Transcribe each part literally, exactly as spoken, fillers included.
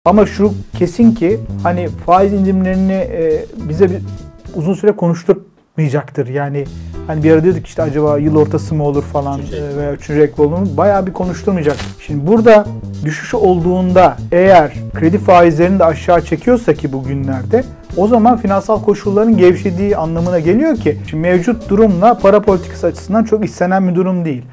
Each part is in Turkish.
Ama şu kesin ki hani faiz indirimlerini e, bize bir, uzun süre konuşturmayacaktır. Yani hani bir ara diyorduk işte acaba yıl ortası mı olur falan e, veya üçüncü ek olur mu? Bayağı bir konuşturmayacak. Şimdi burada düşüş olduğunda eğer kredi faizlerini de aşağı çekiyorsa ki bugünlerde o zaman finansal koşulların gevşediği anlamına geliyor ki şimdi mevcut durumla para politikası açısından çok istenen bir durum değil.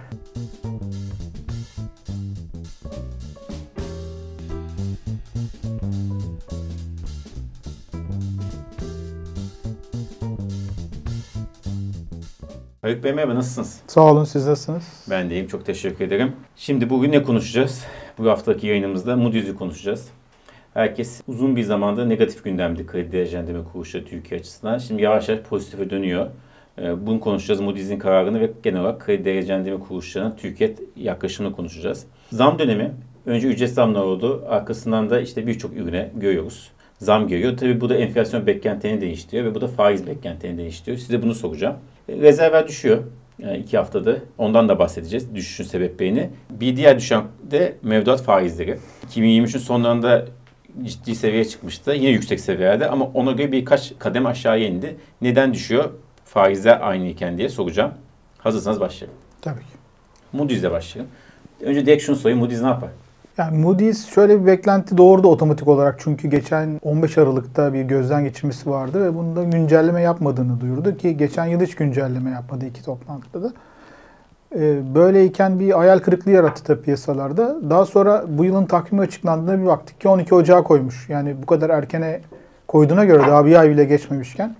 Haluk Bey merhaba, nasılsınız? Sağ olun, siz nasılsınız? Ben de iyiyim, çok teşekkür ederim. Şimdi bugün ne konuşacağız? Bu haftaki yayınımızda Moody's'i konuşacağız. Herkes uzun bir zamanda negatif gündemdi kredi derecelendirme kuruluşları Türkiye açısından. Şimdi yavaş yavaş pozitife dönüyor. Bunu konuşacağız. Moody's'in kararını ve genel olarak kredi derecelendirme kuruluşlarının Türkiye yaklaşımını konuşacağız. Zam dönemi, önce ücret zamları oldu. Arkasından da işte birçok ürüne görüyoruz. Zam geliyor. Tabii bu da enflasyon beklentilerini değiştiriyor ve bu da faiz beklentilerini değiştiriyor. Size bunu soracağım. Rezervler düşüyor. Yani iki haftada. Ondan da bahsedeceğiz. Düşüşün sebeplerini. Bir diğer düşen de mevduat faizleri. iki bin yirmi üçün sonlarında ciddi seviyeye çıkmıştı. Yine yüksek seviyelerde ama ona göre birkaç kademe aşağıya indi. Neden düşüyor? Faizler aynıyken diye soracağım. Hazırsanız başlayalım. Tabii ki. Moody's'le başlayalım. Önce direkt şunu sorayım. Moody's ne yapar? Yani Moody's şöyle bir beklenti doğurdu otomatik olarak. Çünkü geçen on beş Aralık'ta bir gözden geçirmesi vardı ve bunda güncelleme yapmadığını duyurdu ki geçen yıl hiç güncelleme yapmadı iki toplantıda da. Böyleyken bir hayal kırıklığı yarattı da piyasalarda. Daha sonra bu yılın takvimi açıklandığında bir baktık ki on iki Ocağı koymuş. Yani bu kadar erkene koyduğuna göre daha bir ay bile geçmemişken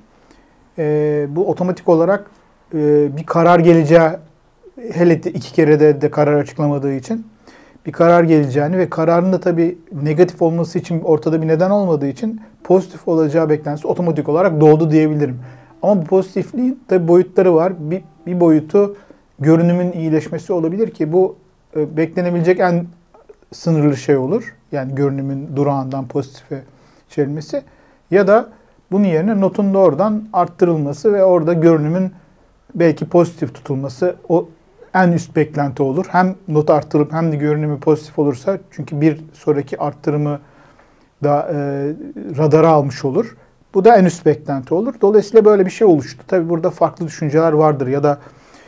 bu otomatik olarak bir karar geleceği, hele iki kere de, de karar açıklamadığı için bir karar geleceğini ve kararın da tabii negatif olması için ortada bir neden olmadığı için pozitif olacağı beklentisi otomatik olarak doğdu diyebilirim. Ama bu pozitifliğin tabii boyutları var. Bir, bir boyutu görünümün iyileşmesi olabilir ki bu e, beklenebilecek en sınırlı şey olur. Yani görünümün durağından pozitife çevrilmesi. Ya da bunun yerine notun da oradan arttırılması ve orada görünümün belki pozitif tutulması o en üst beklenti olur. Hem notu arttırıp hem de görünümü pozitif olursa çünkü bir sonraki arttırımı da e, radara almış olur. Bu da en üst beklenti olur. Dolayısıyla böyle bir şey oluştu. Tabii burada farklı düşünceler vardır ya da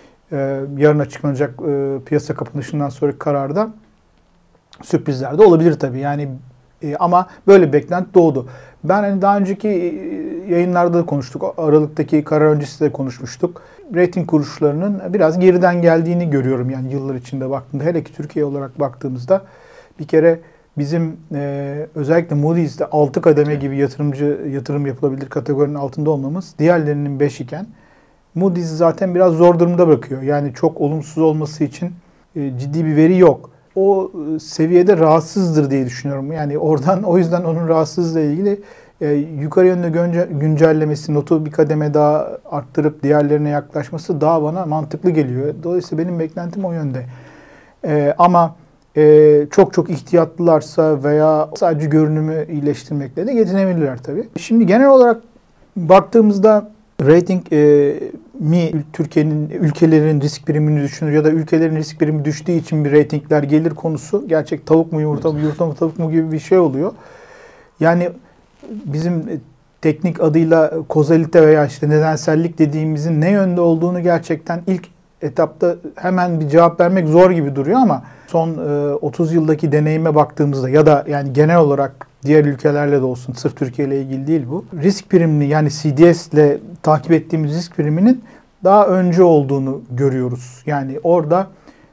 e, yarın açıklanacak e, piyasa kapanışından sonraki kararda sürprizler de olabilir tabii. Yani e, ama böyle bir beklenti doğdu. Ben hani daha önceki yayınlarda da konuştuk. Aralıktaki karar öncesi de konuşmuştuk. Rating kuruluşlarının biraz geriden geldiğini görüyorum yani yıllar içinde baktığımda. Hele ki Türkiye olarak baktığımızda bir kere bizim e, özellikle Moody's'te altı kademe gibi yatırımcı yatırım yapılabilir kategorinin altında olmamız diğerlerinin beş iken Moody's zaten biraz zor durumda bırakıyor. Yani çok olumsuz olması için e, ciddi bir veri yok. O e, seviyede rahatsızdır diye düşünüyorum. Yani oradan o yüzden onun rahatsızlıkla ilgili e, yukarı yönlü güncellemesi, notu bir kademe daha arttırıp diğerlerine yaklaşması daha bana mantıklı geliyor. Dolayısıyla benim beklentim o yönde. E, ama e, çok çok ihtiyatlılarsa veya sadece görünümü iyileştirmekle de yetinebilirler tabii. Şimdi genel olarak baktığımızda rating e, mi Türkiye'nin ülkelerin risk primini düşünür ya da ülkelerin risk primi düştüğü için bir ratingler gelir konusu gerçek tavuk mu yumurta mı yumurta mı tavuk mu gibi bir şey oluyor. Yani bizim teknik adıyla kozalite veya işte nedensellik dediğimizin ne yönde olduğunu gerçekten ilk etapta hemen bir cevap vermek zor gibi duruyor ama son otuz yıldaki deneyime baktığımızda ya da yani genel olarak diğer ülkelerle de olsun, sırf Türkiye ile ilgili değil bu. Risk primini yani C D S ile takip ettiğimiz risk priminin daha önce olduğunu görüyoruz. Yani orada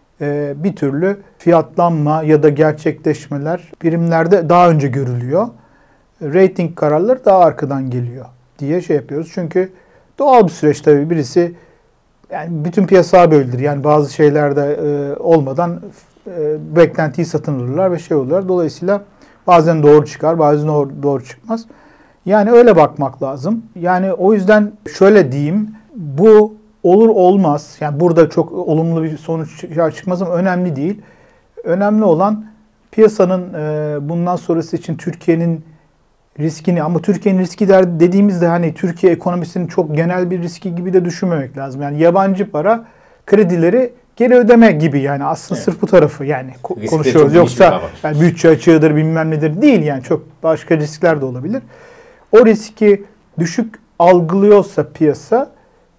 e, bir türlü fiyatlanma ya da gerçekleşmeler primlerde daha önce görülüyor. Rating kararları daha arkadan geliyor diye şey yapıyoruz. Çünkü doğal bir süreç tabii birisi yani bütün piyasa böyledir. Yani bazı şeylerde e, olmadan e, beklentiyi satın alırlar ve şey olurlar. Dolayısıyla bazen doğru çıkar, bazen doğru, doğru çıkmaz. Yani öyle bakmak lazım. Yani o yüzden şöyle diyeyim, bu olur olmaz. Yani burada çok olumlu bir sonuç çıkmaz ama önemli değil. Önemli olan piyasanın bundan sonrası için Türkiye'nin riskini ama Türkiye'nin riski der dediğimizde hani Türkiye ekonomisinin çok genel bir riski gibi de düşünmemek lazım. Yani yabancı para kredileri geri ödeme gibi yani aslında Evet. sırf bu tarafı yani ko- Riskleri konuşuyoruz. çok Yoksa geniş bir yani bütçe açığıdır bilmem nedir değil yani çok başka riskler de olabilir. O riski düşük algılıyorsa piyasa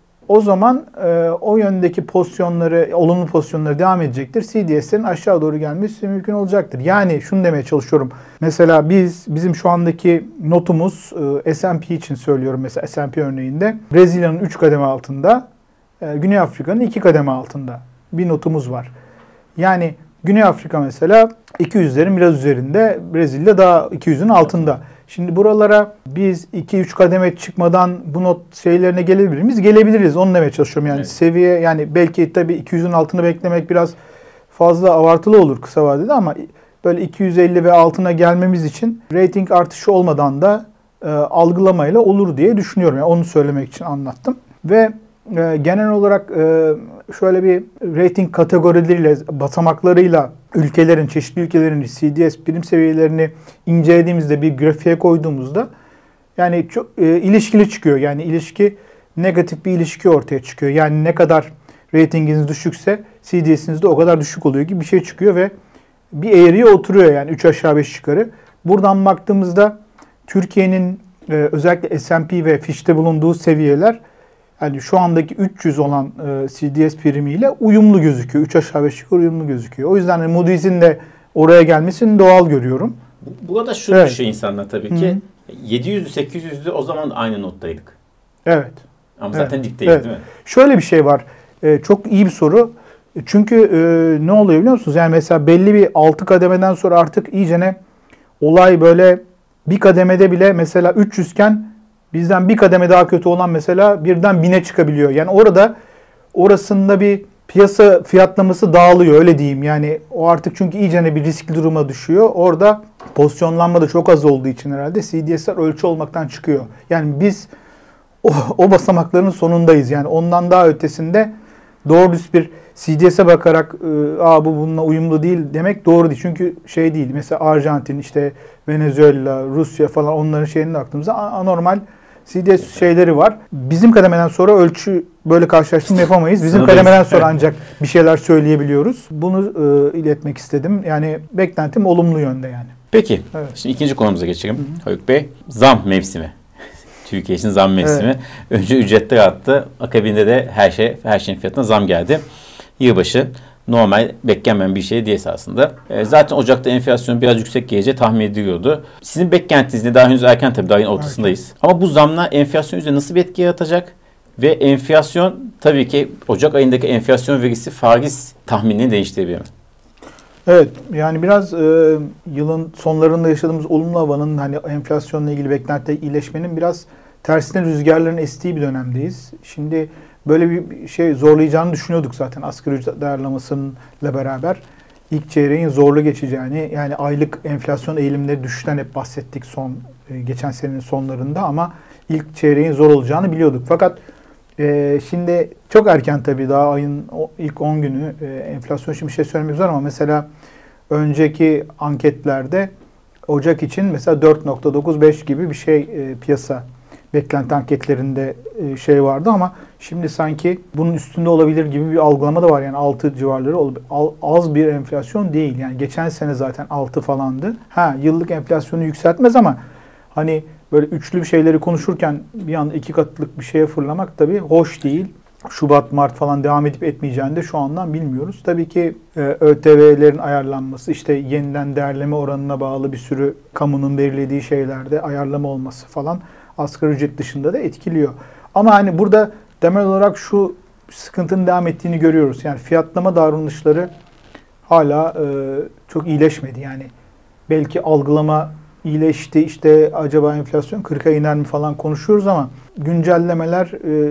o zaman e, o yöndeki pozisyonları, olumlu pozisyonları devam edecektir. C D S'lerin aşağı doğru gelmesi mümkün olacaktır. Yani şunu demeye çalışıyorum. Mesela biz, bizim şu andaki notumuz e, S and P için söylüyorum mesela S and P örneğinde. Brezilya'nın üç kademe altında, e, Güney Afrika'nın iki kademe altında bir notumuz var. Yani Güney Afrika mesela iki yüzlerin biraz üzerinde, Brezilya daha iki yüzün altında. Şimdi buralara biz iki üç kademe çıkmadan bu not şeylerine gelebilir miyiz? Gelebiliriz. Onu demeye çalışıyorum. Yani Evet. seviye yani belki tabii iki yüzün altını beklemek biraz fazla abartılı olur kısa vadede ama böyle iki yüz elli ve altına gelmemiz için rating artışı olmadan da e, algılamayla olur diye düşünüyorum. Yani onu söylemek için anlattım. Ve e, genel olarak e, şöyle bir rating kategorileriyle, basamaklarıyla ülkelerin, çeşitli ülkelerin C D S prim seviyelerini incelediğimizde bir grafiğe koyduğumuzda yani çok e, ilişkili çıkıyor. Yani ilişki negatif bir ilişki ortaya çıkıyor. Yani ne kadar ratinginiz düşükse C D S'iniz de o kadar düşük oluyor gibi bir şey çıkıyor ve bir eğriye oturuyor yani üç aşağı beş yukarı. Buradan baktığımızda Türkiye'nin e, özellikle S and P ve Fitch'te bulunduğu seviyeler yani şu andaki üç yüz olan e, C D S primiyle uyumlu gözüküyor. üç aşağı beş yukarı uyumlu gözüküyor. O yüzden hani Moody's'in de oraya gelmesini doğal görüyorum. Burada şunu Evet. düşüyor insanlar tabii ki. Hı-hı. yedi yüzlü sekiz yüzlü o zaman aynı nottaydık. Evet. Ama zaten evet. dipteyiz evet. değil mi? Şöyle bir şey var. E, çok iyi bir soru. Çünkü e, ne oluyor biliyor musunuz? Yani mesela belli bir altı kademeden sonra artık iyicene olay böyle bir kademede bile mesela üç yüz iken bizden bir kademe daha kötü olan mesela birden bine çıkabiliyor. Yani orada orasında bir piyasa fiyatlaması dağılıyor öyle diyeyim. Yani o artık çünkü iyicene bir riskli duruma düşüyor. Orada pozisyonlanma da çok az olduğu için herhalde C D S'ler ölçü olmaktan çıkıyor. Yani biz o, o basamakların sonundayız. Yani ondan daha ötesinde doğru düz bir C D S'e bakarak Aa, bu bununla uyumlu değil demek doğru değil. Çünkü şey değil mesela Arjantin, işte Venezuela, Rusya falan onların şeyinin aklımıza anormal C D S şeyleri var. Bizim kademeden sonra ölçü böyle karşılaştırma yapamayız. Bizim kademeden sonra ancak bir şeyler söyleyebiliyoruz. Bunu e, iletmek istedim. Yani beklentim olumlu yönde yani. Peki. Evet. Şimdi ikinci konumuza geçelim. Hı hı. Haluk Bey, zam mevsimi. Türkiye için zam mevsimi. Evet. Önce ücretler arttı. Akabinde de her şey, her şeyin fiyatına zam geldi. Yılbaşı normal beklenmeyen bir şey değil esasında. E, zaten Ocak'ta enflasyon biraz yüksek geleceği tahmin ediliyordu. Sizin beklentiniz ne? Daha henüz erken tabii, daha yine ortasındayız. Erken. Ama bu zamlar enflasyon üzerinde nasıl bir etki yaratacak? Ve enflasyon tabii ki Ocak ayındaki enflasyon verisi faiz tahminini değiştirebilir mi? Evet, yani biraz e, yılın sonlarında yaşadığımız olumlu havanın hani enflasyonla ilgili beklentileri iyileşmenin biraz tersine rüzgarların estiği bir dönemdeyiz. Şimdi böyle bir şey zorlayacağını düşünüyorduk zaten asgari ücret ayarlamasıyla beraber. İlk çeyreğin zorlu geçeceğini, yani aylık enflasyon eğilimleri düşüşten hep bahsettik son e, geçen senenin sonlarında ama ilk çeyreğin zor olacağını biliyorduk. Fakat e, şimdi çok erken tabii, daha ayın o, ilk on günü e, enflasyon için bir şey söylemek zor ama mesela önceki anketlerde Ocak için mesela dört nokta dokuz beş gibi bir şey e, piyasa beklenti anketlerinde e, şey vardı ama şimdi sanki bunun üstünde olabilir gibi bir algılama da var. Yani altı civarları az bir enflasyon değil. Yani geçen sene zaten altı falandı. Ha, yıllık enflasyonu yükseltmez ama hani böyle üçlü bir şeyleri konuşurken bir anda iki katlık bir şeye fırlamak tabii hoş değil. Şubat, Mart falan devam edip etmeyeceğini de şu andan bilmiyoruz. Tabii ki e, ÖTV'lerin ayarlanması, işte yeniden değerleme oranına bağlı bir sürü kamunun belirlediği şeylerde ayarlama olması falan asgari ücret dışında da etkiliyor. Ama hani burada temel olarak şu sıkıntının devam ettiğini görüyoruz. Yani fiyatlama davranışları hala e, çok iyileşmedi. Yani belki algılama iyileşti, işte acaba enflasyon kırka iner mi falan konuşuyoruz ama güncellemeler e,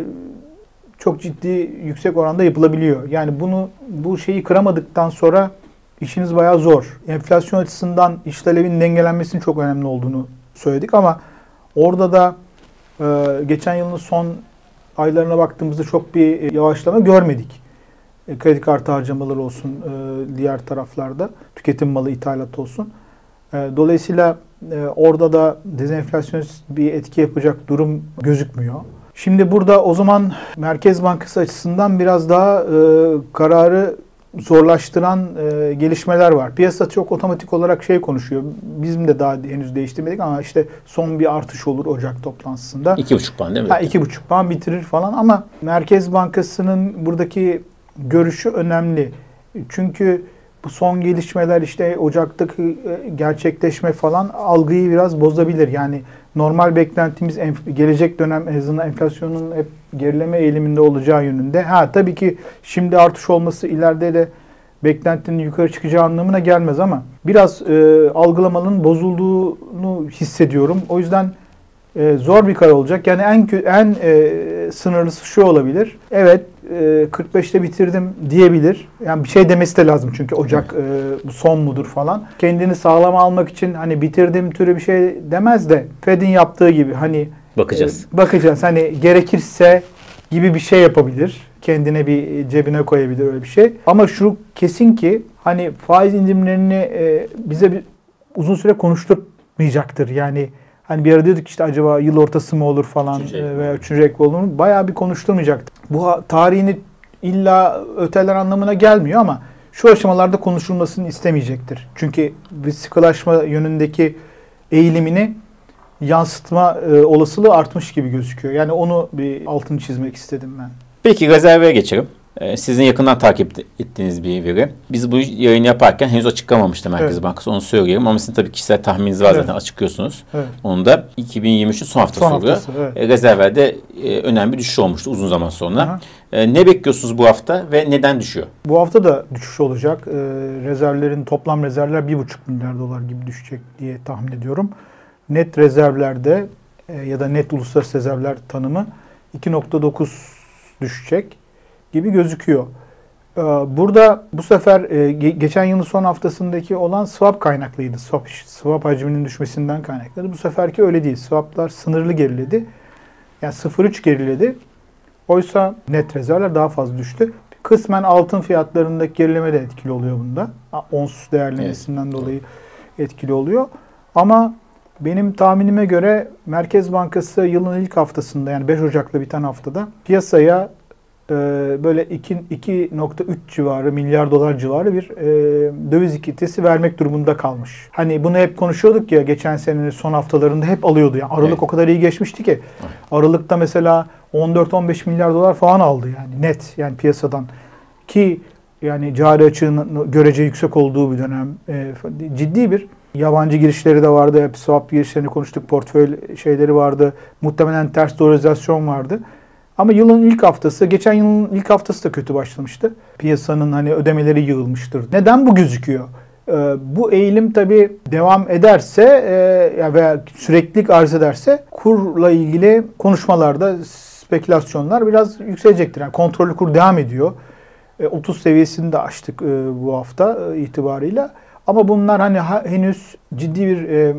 çok ciddi yüksek oranda yapılabiliyor. Yani bunu bu şeyi kıramadıktan sonra işiniz bayağı zor. Enflasyon açısından iş talebinin dengelenmesinin çok önemli olduğunu söyledik ama orada da e, geçen yılın son aylarına baktığımızda çok bir yavaşlama görmedik. E, kredi kartı harcamaları olsun, e, diğer taraflarda tüketim malı ithalat olsun. E, dolayısıyla e, orada da dezenflasyonist bir etki yapacak durum gözükmüyor. Şimdi burada o zaman Merkez Bankası açısından biraz daha e, kararı zorlaştıran e, gelişmeler var. Piyasa çok otomatik olarak şey konuşuyor. Bizim de daha henüz değiştirmedik ama işte son bir artış olur Ocak toplantısında. iki buçuk puan değil mi? Ha, iki buçuk puan bitirir falan ama Merkez Bankası'nın buradaki görüşü önemli. Çünkü bu son gelişmeler işte Ocak'taki gerçekleşme falan algıyı biraz bozabilir. Yani normal beklentimiz gelecek dönem en azından enflasyonun hep gerileme eğiliminde olacağı yönünde. Ha tabii ki şimdi artış olması ileride de beklentinin yukarı çıkacağı anlamına gelmez ama biraz e, algılamanın bozulduğunu hissediyorum. O yüzden e, zor bir karar olacak. Yani en en e, sınırlısı şu olabilir. Evet e, kırk beşte bitirdim diyebilir. Yani bir şey demesi de lazım çünkü Ocak e, bu son mudur falan. Kendini sağlam almak için hani bitirdim türü bir şey demez de Fed'in yaptığı gibi hani bakacağız. E, bakacağız. Hani gerekirse gibi bir şey yapabilir. Kendine bir cebine koyabilir öyle bir şey. Ama şu kesin ki hani faiz indirimlerini e, bize bir uzun süre konuşturmayacaktır. Yani hani bir ara diyorduk işte acaba yıl ortası mı olur falan üçüncü e, veya üçüncü ek olur mu? Bayağı bir konuşturmayacaktır. Bu tarihini illa öteler anlamına gelmiyor ama şu aşamalarda konuşulmasını istemeyecektir. Çünkü bir sıkılaşma yönündeki eğilimini yansıtma e, olasılığı artmış gibi gözüküyor. Yani onu bir altını çizmek istedim ben. Peki rezerve geçelim. Ee, sizin yakından takip ettiğiniz bir veri. Biz bu yayını yaparken henüz açıklamamıştı Merkez Evet. Bankası. Onu söyleyelim. Ama sizin tabii kişisel tahmininiz var Evet. zaten açıklıyorsunuz. Evet. Onu da iki bin yirmi üçün son haftası Son oluyor. haftası, evet. E, rezervlerde e, önemli bir düşüş olmuştu uzun zaman sonra. Aha. E, ne bekliyorsunuz bu hafta ve neden düşüyor? Bu hafta da düşüş olacak. Ee, rezervlerin toplam rezervler bir buçuk milyar dolar gibi düşecek diye tahmin ediyorum. Net rezervlerde e, ya da net uluslararası rezervler tanımı iki nokta dokuz düşecek gibi gözüküyor. Ee, burada bu sefer e, ge- geçen yılın son haftasındaki olan swap kaynaklıydı. Swap, swap hacminin düşmesinden kaynaklıydı. Bu seferki öyle değil. Swaplar sınırlı geriledi. Yani sıfır virgül üç geriledi. Oysa net rezervler daha fazla düştü. Kısmen altın fiyatlarındaki gerileme de etkili oluyor bunda. Ons değerlemesinden evet. dolayı etkili oluyor. Ama benim tahminime göre Merkez Bankası yılın ilk haftasında yani beş Ocak'ta biten haftada piyasaya e, böyle iki nokta üç civarı milyar dolar civarı bir e, döviz likiditesi vermek durumunda kalmış. Hani bunu hep konuşuyorduk ya geçen senenin son haftalarında hep alıyordu. Yani Aralık evet. o kadar iyi geçmişti ki. Evet. Aralık'ta mesela on dört on beş milyar dolar falan aldı yani net yani piyasadan ki yani cari açığın görece yüksek olduğu bir dönem e, ciddi bir yabancı girişleri de vardı. Hep swap girişlerini konuştuk. Portföy şeyleri vardı. Muhtemelen ters dolarizasyon vardı. Ama yılın ilk haftası, geçen yılın ilk haftası da kötü başlamıştı. Piyasanın hani ödemeleri yığılmıştır. Neden bu gözüküyor? Ee, bu eğilim tabii devam ederse e, veya süreklilik arz ederse kurla ilgili konuşmalarda spekülasyonlar biraz yükselecektir. Yani kontrollü kur devam ediyor. E, otuz seviyesini de aştık e, bu hafta e, itibarıyla. Ama bunlar hani ha, henüz ciddi bir e,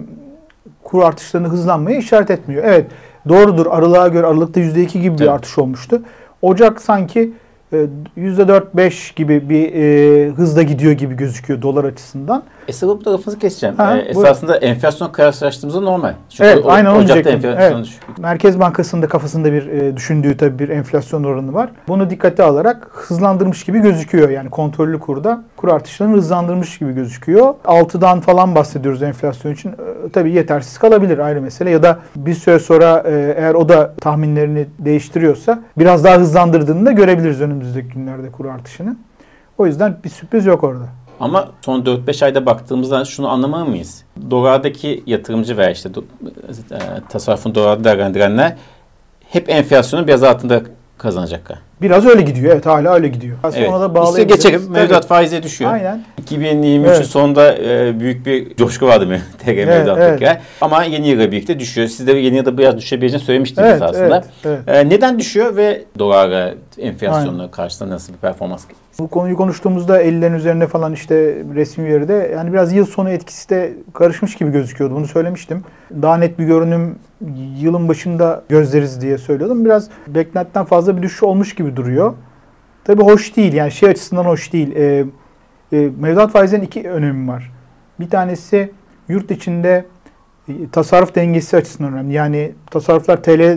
kur artışlarını hızlanmaya işaret etmiyor. Evet doğrudur Aralık'a göre Aralık'ta yüzde iki gibi bir evet. artış olmuştu. Ocak sanki e, yüzde dört beş gibi bir e, hızla gidiyor gibi gözüküyor dolar açısından. Esasında bu tarafınızı keseceğim. Ha, ee, esasında enflasyon karşılaştığımızda normal. Çünkü evet o, aynen onu Ocak'ta diyecektim. enflasyon Evet. Merkez Bankası'nın da kafasında bir e, düşündüğü tabii bir enflasyon oranı var. Bunu dikkate alarak hızlandırmış gibi gözüküyor. Yani kontrollü kurda kur artışlarını hızlandırmış gibi gözüküyor. altıdan falan bahsediyoruz enflasyon için. E, tabii yetersiz kalabilir ayrı mesele. Ya da bir süre sonra e, eğer o da tahminlerini değiştiriyorsa biraz daha hızlandırdığını da görebiliriz önümüzdeki günlerde kur artışını. O yüzden bir sürpriz yok orada. Ama son dört beş ayda baktığımızda şunu anlamalı mıyız? Dolardaki yatırımcı veya işte e, tasarrufun dolarda değerlendirenler hep enflasyonun biraz altında kazanacaklar. Biraz öyle gidiyor. Evet hala öyle gidiyor. Evet. Ona da İşte geçelim. Mevduat faizi düşüyor. Aynen. iki bin yirmi üçün evet. sonunda e, büyük bir coşku vardı mı? T G mevduattaki. Evet. Ama yeni yıla birlikte düşüyor. Siz de yeni yılda biraz düşebileceğini söylemiştiniz evet, aslında. Evet, evet. E, neden düşüyor ve dolara enflasyonla karşısında nasıl bir performans? Bu konuyu konuştuğumuzda ellilerin üzerinde falan işte resmi veride yani biraz yıl sonu etkisi de karışmış gibi gözüküyordu. Bunu söylemiştim. Daha net bir görünüm yılın başında gözleriz diye söylüyordum. Biraz beklentiden fazla bir düşüş olmuş gibi duruyor. Tabii hoş değil. Yani şey açısından hoş değil. E, e, mevduat faizlerinin iki önemi var. Bir tanesi yurt içinde e, tasarruf dengesi açısından önemli. Yani tasarruflar T L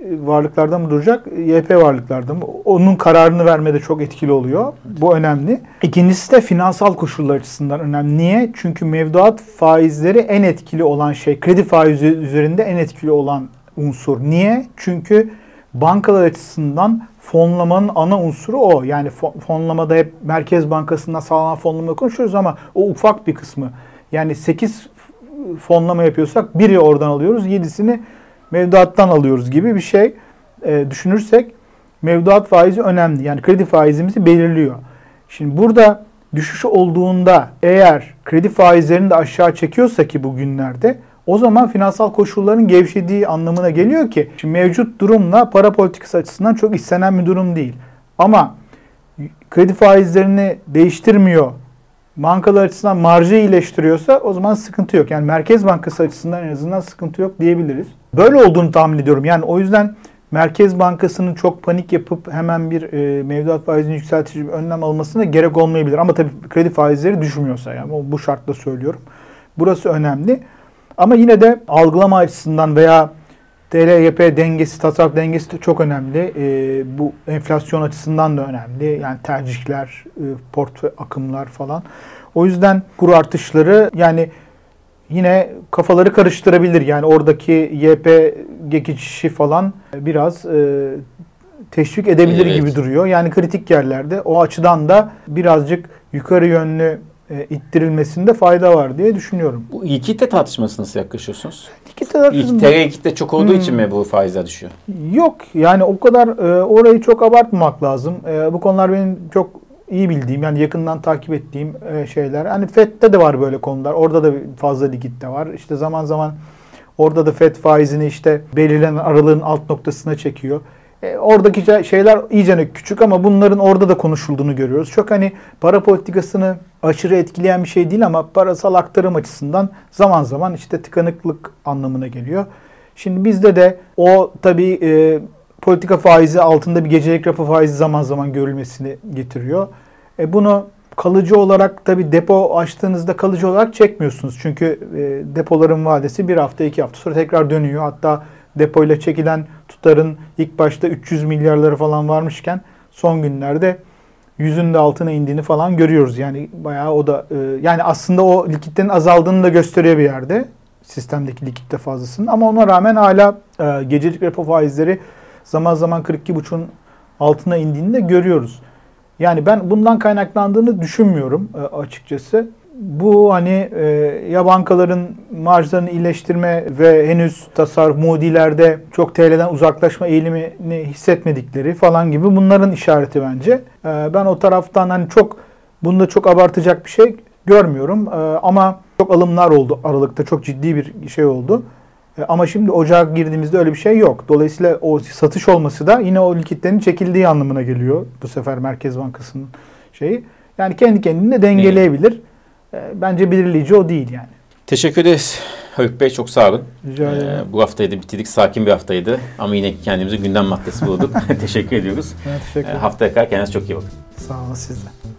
varlıklarda mı duracak, Y P varlıklarda mı? Onun kararını vermede çok etkili oluyor. Evet. Bu önemli. İkincisi de finansal koşullar açısından önemli. Niye? Çünkü mevduat faizleri en etkili olan şey, kredi faizi üzerinde en etkili olan unsur. Niye? Çünkü bankalar açısından fonlamanın ana unsuru o. Yani fonlamada hep Merkez Bankası'ndan sağlanan fonlama konuşuyoruz ama o ufak bir kısmı. Yani sekiz fonlama yapıyorsak biri oradan alıyoruz, yedisini mevduattan alıyoruz gibi bir şey e, düşünürsek mevduat faizi önemli. Yani kredi faizimizi belirliyor. Şimdi burada düşüş olduğunda eğer kredi faizlerini de aşağı çekiyorsa ki bugünlerde o zaman finansal koşulların gevşediği anlamına geliyor ki şimdi mevcut durumla para politikası açısından çok istenen bir durum değil. Ama kredi faizlerini değiştirmiyor, bankalar açısından marjı iyileştiriyorsa o zaman sıkıntı yok. Yani Merkez Bankası açısından en azından sıkıntı yok diyebiliriz. Böyle olduğunu tahmin ediyorum. Yani o yüzden Merkez Bankası'nın çok panik yapıp hemen bir e, mevduat faizini yükseltici bir önlem almasına gerek olmayabilir. Ama tabii kredi faizleri düşmüyorsa yani bu şartla söylüyorum. Burası önemli. Ama yine de algılama açısından veya T L Y P dengesi, tasarruf dengesi de çok önemli. E, bu enflasyon açısından da önemli. Yani tercihler, e, portföy akımlar falan. O yüzden kur artışları yani yine kafaları karıştırabilir. Yani oradaki Y P geçişi falan biraz e, teşvik edebilir evet. gibi duruyor. Yani kritik yerlerde o açıdan da birazcık yukarı yönlü e, ittirilmesinde fayda var diye düşünüyorum. Bu likidite tartışması nasıl yaklaşıyorsunuz? Likidite tartışması... T L likidite çok olduğu hmm. için mi bu faizler düşüyor? Yok. Yani o kadar e, orayı çok abartmamak lazım. E, bu konular benim çok iyi bildiğim, yani yakından takip ettiğim e, şeyler. Hani F E D'de de var böyle konular. Orada da fazla likidite var. İşte zaman zaman orada da F E D faizini işte belirlenen aralığın alt noktasına çekiyor. E, oradaki şeyler iyice küçük ama bunların orada da konuşulduğunu görüyoruz. Çok hani para politikasını aşırı etkileyen bir şey değil ama parasal aktarım açısından zaman zaman işte tıkanıklık anlamına geliyor. Şimdi bizde de o tabii e, politika faizi altında bir gecelik repo faizi zaman zaman görülmesini getiriyor. E, bunu kalıcı olarak tabii depo açtığınızda kalıcı olarak çekmiyorsunuz. Çünkü e, depoların vadesi bir hafta iki hafta sonra tekrar dönüyor. Hatta depoyla çekilen tutarın ilk başta üç yüz milyarları falan varmışken son günlerde yüzün de altına indiğini falan görüyoruz. Yani bayağı o da e, yani aslında o likiditenin azaldığını da gösteriyor bir yerde. Sistemdeki likidite fazlasının. Ama ona rağmen hala e, gecelik repo faizleri zaman zaman kırk iki buçuğun altına indiğini de görüyoruz. Yani ben bundan kaynaklandığını düşünmüyorum e, açıkçası. Bu hani e, ya bankaların marjlarını iyileştirme ve henüz tasarruf Moody'lerde çok T L'den uzaklaşma eğilimini hissetmedikleri falan gibi bunların işareti bence. E, ben o taraftan hani çok bunda çok abartacak bir şey görmüyorum. E, ama çok alımlar oldu Aralık'ta, çok ciddi bir şey oldu. E, ama şimdi ocağa girdiğimizde öyle bir şey yok. Dolayısıyla o satış olması da yine o likiditenin çekildiği anlamına geliyor. Bu sefer Merkez Bankası'nın şeyi. Yani kendi kendine dengeleyebilir. Bence belirleyici o değil yani. Teşekkür ederiz. Haluk Bey çok sağ olun. Rica ederim. Ee, bu haftayı da bitirdik. Sakin bir haftaydı. Ama yine kendimize gündem maddesi bulduk. Teşekkür ediyoruz. Evet, teşekkür ederim. Ee, haftaya kadar kendinize çok iyi bakın. Sağ olun siz de.